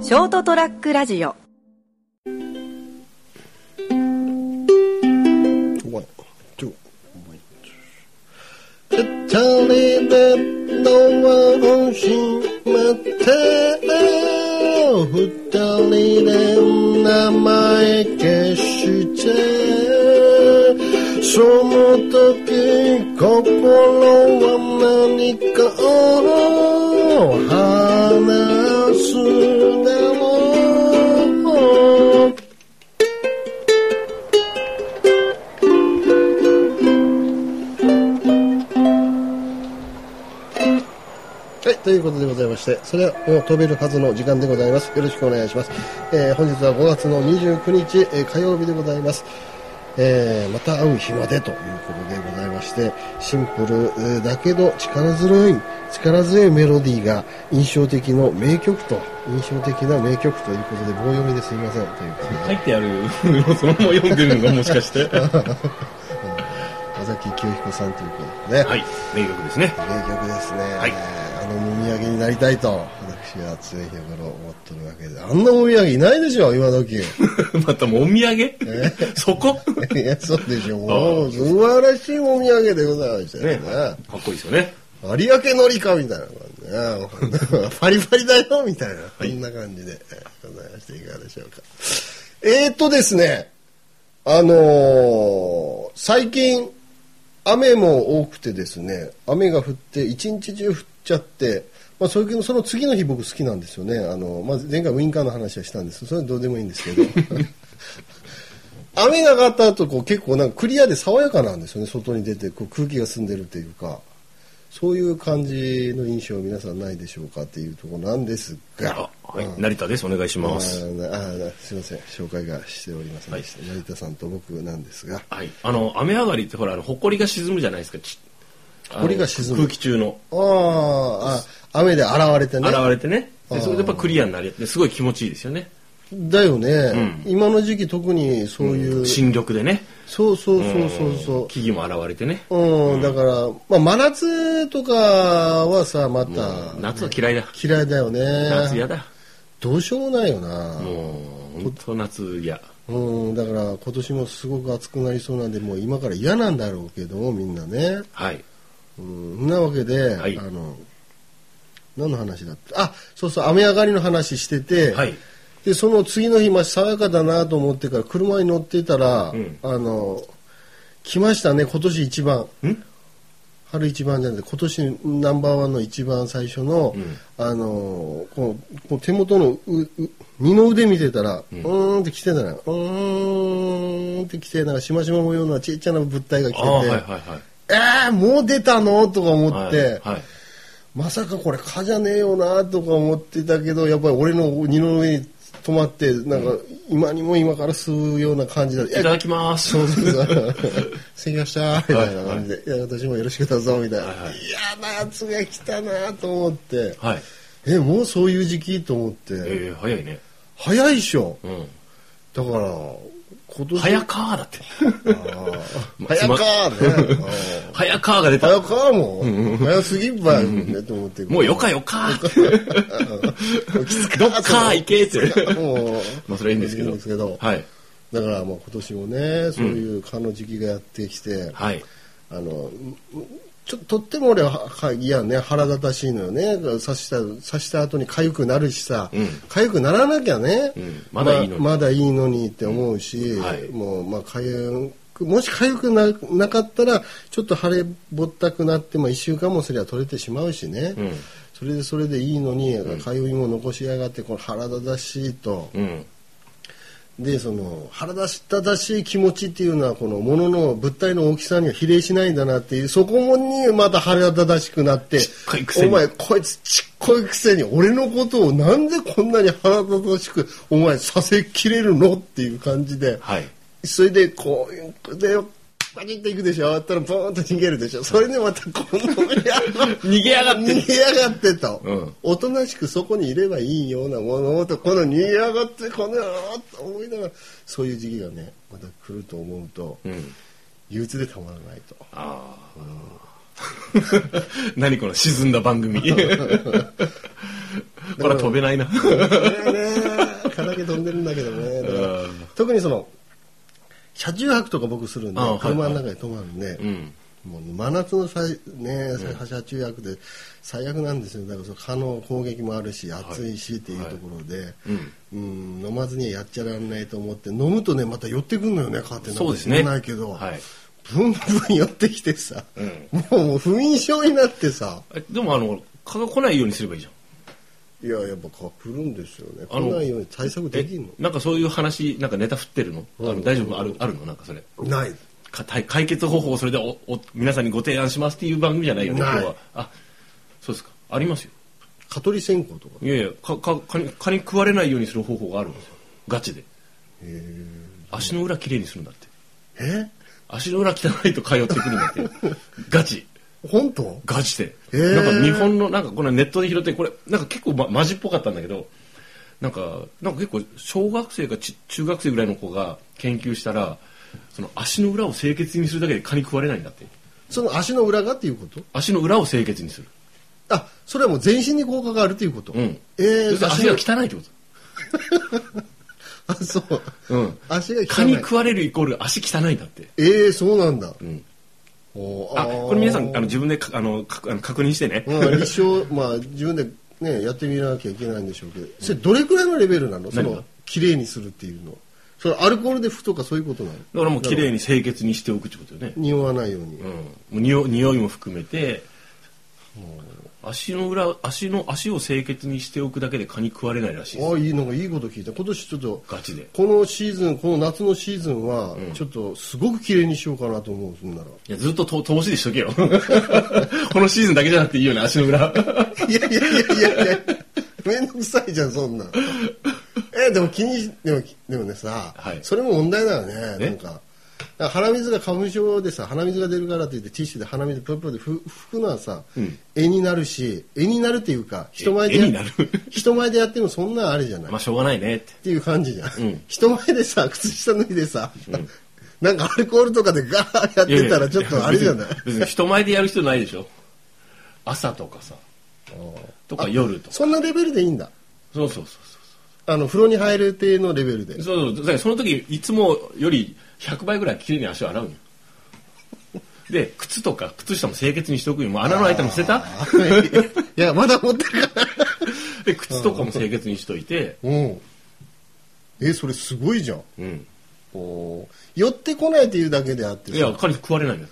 ショートトラックラジオ。 二人でドアを閉めて、二人で名前消して、その時心は何かを話すだろう。はい、ということでございまして、それはもう飛べるはずの時間でございます。よろしくお願いします。本日は5月の29日、火曜日でございます。また会う日までということでございまして、シンプルだけど力強いメロディーが印象的な名曲ということで棒読みですいませんということで書いてあるのをそのまま読んでるのがもしかして尾崎清彦さんということでね。 はい、名曲ですね。 名曲ですね。 はい、 もみあげになりたいと私は常日頃思ってるわけで、あんなもみあげいないでしょ今時またもみあげそこいやそうでしょもう素晴らしいもみあげでございましたね。 かっこいいですよね。 有明のりかみたいな感じねパリパリだよみたいな、こんな感じでございましていかがでしょうか。ですね最近雨も多くてですね、雨が降って一日中降っちゃって、その次の日僕好きなんですよね。前回ウインカーの話はしたんですけど、それはどうでもいいんですけど雨が上がった後結構なんかクリアで爽やかなんですよね。外に出て空気が澄んでるというか、そういう感じの印象皆さんないでしょうかっていうところなんですが、 はい、成田です。お願いします。 すいません、紹介がしておりませんでした、はい、成田さんと僕なんですが、 はい、雨上がりってほら埃が沈むじゃないですか。 埃が沈む、 空気中の雨で洗われてねでそれでやっぱクリアになりすごい気持ちいいですよね。 だよね、今の時期特にそういう、 新緑でね、 そう木 々も現れてね、 だから真夏とかはさまた、 夏は嫌いだよね。 夏嫌だ、 どうしようもないよな。 もう本当夏嫌。 だから今年もすごく暑くなりそうなんで、もう今から嫌なんだろうけどみんなね。 はい。 なわけで、はい、何の話だった？そう雨上がりの話してて、はい、でその次の日爽やかだなと思ってから車に乗ってたら、来ましたね、今年一番。春一番じゃなくて今年ナンバーワンの一番最初の、この手元の二の腕見てたら、って来てたら、って来て、なんかしましま模様のちっちゃな物体が来てて、もう出たのとか思って、まさかこれ蚊じゃねえよなとか思ってたけど、やっぱり俺の二の上に止まって、なんか今から吸うような感じだ。いただきます。 せきましたみたいな感じで、いや私もよろしくどうぞみたいな。いや夏が来たなと思って、もうそういう時期と思って。 早いね。 早いっしょ。だから今年早川だって。 早川ね。 早川が出た。 早川も早すぎんばよねと思って。 もうよか。どっか行けって。それいいんですけど。はい。 だからもう今年もね、そういう蚊の時期がやってきて、とっても俺はいやね、腹立たしいのよね。刺した後に痒くなるしさ、痒くならなきゃね、まだいいのにって思うし、もうもし痒くなかったらちょっと腫れぼったくなって1週間もすれば取れてしまうしね、それでいいのに痒いも残しやがって、この腹立たしいと。でその腹立たしい気持ちっていうのはこの物の物体の大きさには比例しないんだなっていう、そこにまた腹立たしくなって、お前こいつちっこいくせに俺のことをなんでこんなに腹立たしくお前させきれるのっていう感じで、それでこうでパチッといくでしょ。あったらポーンと逃げるでしょ。それでまたこの逃げやがってと、おとなしくそこにいればいいようなものと、この逃げやがってこの野郎と思いながら、そういう時期がねまた来ると思うと、憂鬱でたまらないと。 何この沈んだ番組これは飛べないな。 飛べないね。蚊だけ飛んでるんだけどね。特にその車中泊とか僕するんで、車の中で泊まるんで、もう真夏の車中泊で最悪なんですよ。だからその蚊の攻撃もあるし、暑いしっていうところで、飲まずにやっちゃらんないと思って、飲むとねまた寄ってくるのよね、蚊って。 そうですね。 ないけど、ブンブン寄ってきてさ、もう不眠症になってさ。 でも蚊が来ないようにすればいいじゃん。 いや、やっぱ来るんですよね。来ないように対策できるの？ なんかそういう話、なんかネタ振ってるの？大丈夫？あるの？なんかそれ。 ない。 解決方法をそれで皆さんにご提案しますっていう番組じゃないよね、今日は。あ、そうですか。ありますよ。 蚊取り線香とか。 いやいや、蚊に食われないようにする方法があるんですよ。ガチで。足の裏きれいにするんだって。足の裏汚いと通ってくるんだって。ガチ。 本当？ ガチで。なんか日本の、なんかこのネットで拾って、これ、なんか結構マジっぽかったんだけど、なんか結構小学生か中学生ぐらいの子が研究したら、その足の裏を清潔にするだけで蚊に食われないんだって。その足の裏がっていうこと？ 足の裏を清潔にする。 あ、それはもう全身に効果があるということ？ 足が汚いってこと。 あ、そう。足が汚い。 蚊に食われるイコール足汚いんだって。 そうなんだ。 これ皆さん自分で確認してね。 立証、自分でねやってみなきゃいけないんでしょうけど、それどれくらいのレベルなの？その綺麗にするっていうの。それアルコールで拭くとかそういうことなの？だからもう綺麗に清潔にしておくってことよね。 匂わないように。 もう匂いも含めて、足を清潔にしておくだけで蚊に食われないらしいです。 いいのがいいこと聞いた。今年ちょっとガチでこの夏のシーズンはちょっとすごく綺麗にしようかなと思う。そんなら。いや、ずっと投資でしとけよ。このシーズンだけじゃなくていいよね、足の裏。いやめんどくさいじゃん、そんな。でもでもねさ、それも問題だよね。なんか鼻水が花粉症でさ、鼻水が出るからって言ってティッシュで鼻水プルプルで拭くのはさ、絵になるし、絵になるっていうか人前でやってもそんなあれじゃない。 しょうがないねっていう感じじゃん。人前でさ、靴下脱いでさ、なんかアルコールとかでガーやってたらちょっとあれじゃない。 別に人前でやる必要ないでしょ。朝とかさ、とか夜とか。 そんなレベルでいいんだ。 そう風呂に入る程のレベルで。 その時いつもより100倍ぐらいきれいに足を洗うの。で、靴とか靴下も清潔にしておくよ。もう穴の開いたの捨てた？ いや、まだ持ってるから。 で、靴とかも清潔にしといて。 それすごいじゃん。寄ってこないっていうだけであってさ。いや、蚊に食われないんだって。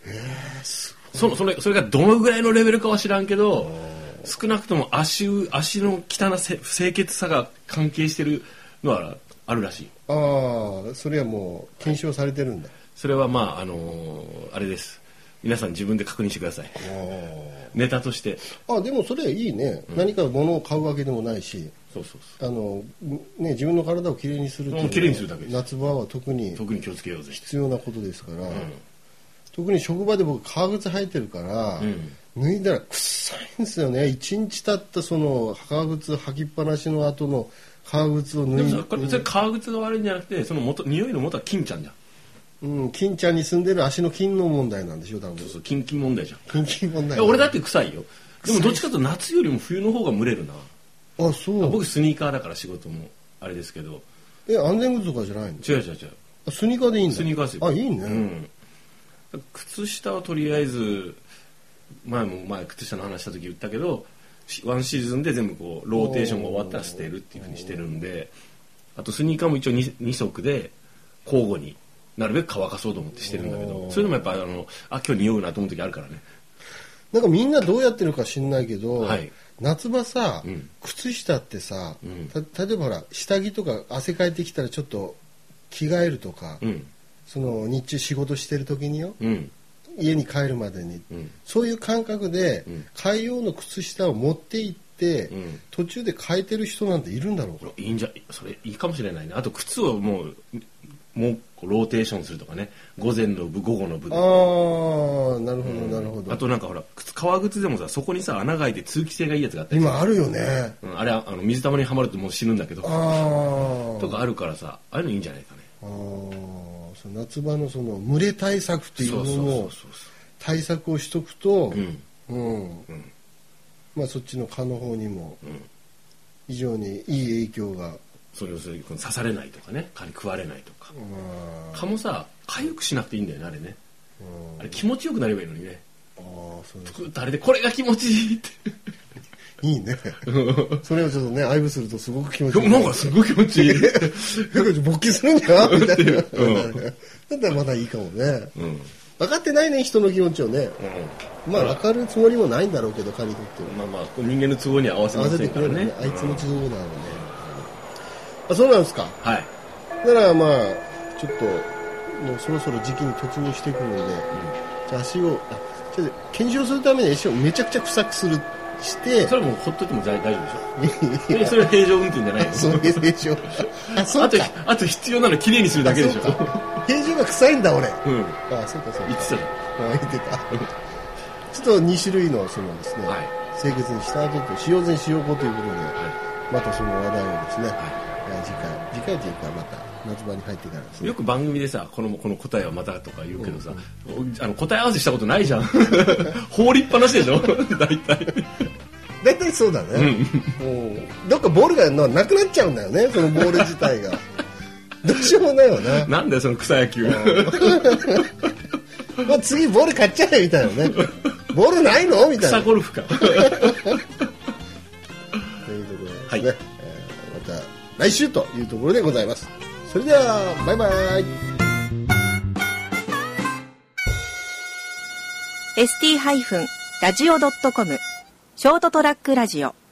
すごい。それがどのぐらいのレベルかは知らんけど、少なくとも足の汚さ、清潔さが関係してるのはあるらしい。 それはもう検証されてるんだ。 それはあれです。皆さん自分で確認してください。ネタとして。 でもそれはいいね。何か物を買うわけでもないし。自分の体をきれいにするっていうのはきれいにするだけです。 夏場は特に気をつけようぜ。 必要なことですから。特に職場で僕革靴履いてるから、脱いだら臭いんですよね。1日経ったその革靴履きっぱなしの後の革靴を脱いで。 それ革靴が悪いんじゃなくて、その匂いの元は金ちゃんじゃん。 金ちゃんに住んでる足の菌の問題なんでしょ、多分。 そう、菌問題じゃん。 菌問題。 俺だって臭いよ。でもどっちかというと夏よりも冬の方が蒸れるな。 そう。 僕スニーカーだから仕事もあれですけど。 安全靴とかじゃないの？ 違う。 スニーカーでいいんだ。 スニーカーですよ。 いいね。 靴下はとりあえず前靴下の話した時言ったけど、ワンシーズンで全部こうローテーションが終わったら捨てるっていうふうにしてるんで、あとスニーカーも一応 2足で交互になるべく乾かそうと思ってしてるんだけど、そういうのもやっぱ今日匂うなと思う時あるからね。 なんかみんなどうやってるか知んないけど、夏場さ、靴下ってさ、例えばほら下着とか汗かいてきたらちょっと着替えるとか、その日中仕事してる時によ、家に帰るまでに、そういう感覚で、替え用の靴下を持って行って、途中で変えてる人なんているんだろうか。 それいいかもしれないね。あと靴をもうローテーションするとかね、午前の部午後の部で。 なるほど。 あとなんかほら革靴でもさ、そこにさ穴が開いて通気性がいいやつがあったり今あるよね。 あれ水たまりにはまるともう死ぬんだけどとかあるからさ、ああいうのいいんじゃないかね。 夏場のその蒸れ対策っていうのを対策をしとくと、 まあそっちの蚊の方にも非常にいい影響が、 それを刺されないとかね、蚊に食われないとか。蚊もさ、痒くしなくていいんだよね、あれね。あれ気持ちよくなればいいのにね。作ったあれでこれが気持ちいいっていいねそれをちょっとね愛撫するとすごく気持ちいい。 なんかすごい気持ちいい勃起するんじゃみたいなだったらまだいいかもね、分かってないね人の気持ちをね、まあ分かるつもりもないんだろうけど彼にとってはまあ人間の都合には合わせませんからね。 あいつの都合なので、あ、そうなんですか。 はい。 だからまあちょっともうそろそろ時期に突入してくるので、じゃあ足を検証するために足をめちゃくちゃ臭くするしてそれもほっといても大丈夫でしょそれは平常運転じゃないのそう平常あと必要なのきれいにするだけでしょ平常が臭いんだ俺、 あそうか言ってた言ってたちょっと2種類のそのですね、清潔にした後と使用前使用後ということで、またその話題をですね、次回というかまた夏場に入ってからですね。 よく番組でさこの答えはまたとか言うけどさ、答え合わせしたことないじゃん放りっぱなしでしょ大体そうだね、どっかボールがなくなっちゃうんだよねそのボール自体がどうしようもないよね。 なんだよその草野球まあ次ボール買っちゃえみたいなねボールないのみたいな草ゴルフかというところですね、 また来週というところでございます。それではバイバイ。 ST-radio.com ショートトラックラジオ